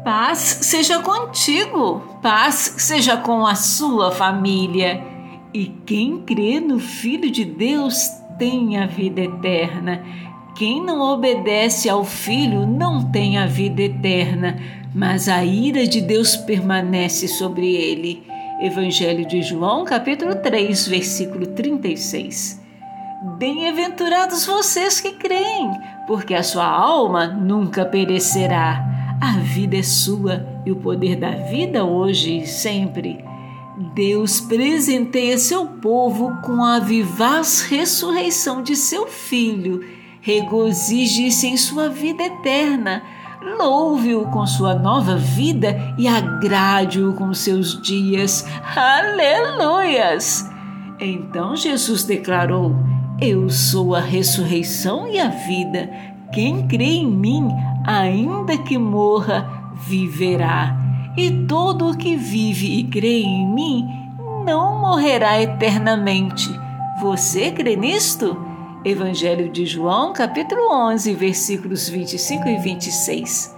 Paz seja contigo, paz seja com a sua família. E quem crê no Filho de Deus tem a vida eterna. Quem não obedece ao Filho não tem a vida eterna, mas a ira de Deus permanece sobre ele. Evangelho de João, capítulo 3, versículo 36. Bem-aventurados vocês que creem, porque a sua alma nunca perecerá. A vida é sua e o poder da vida hoje e sempre. Deus presenteia seu povo com a vivaz ressurreição de seu Filho. Regozije-se em sua vida eterna. Louve-o com sua nova vida e agrade-o com seus dias. Aleluias! Então Jesus declarou: Eu sou a ressurreição e a vida. Quem crê em mim, ainda que morra, viverá. E todo o que vive e crê em mim não morrerá eternamente. Você crê nisto? Evangelho de João, capítulo 11, versículos 25 e 26.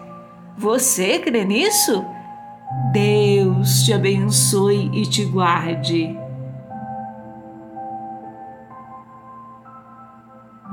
Você crê nisso? Deus te abençoe e te guarde.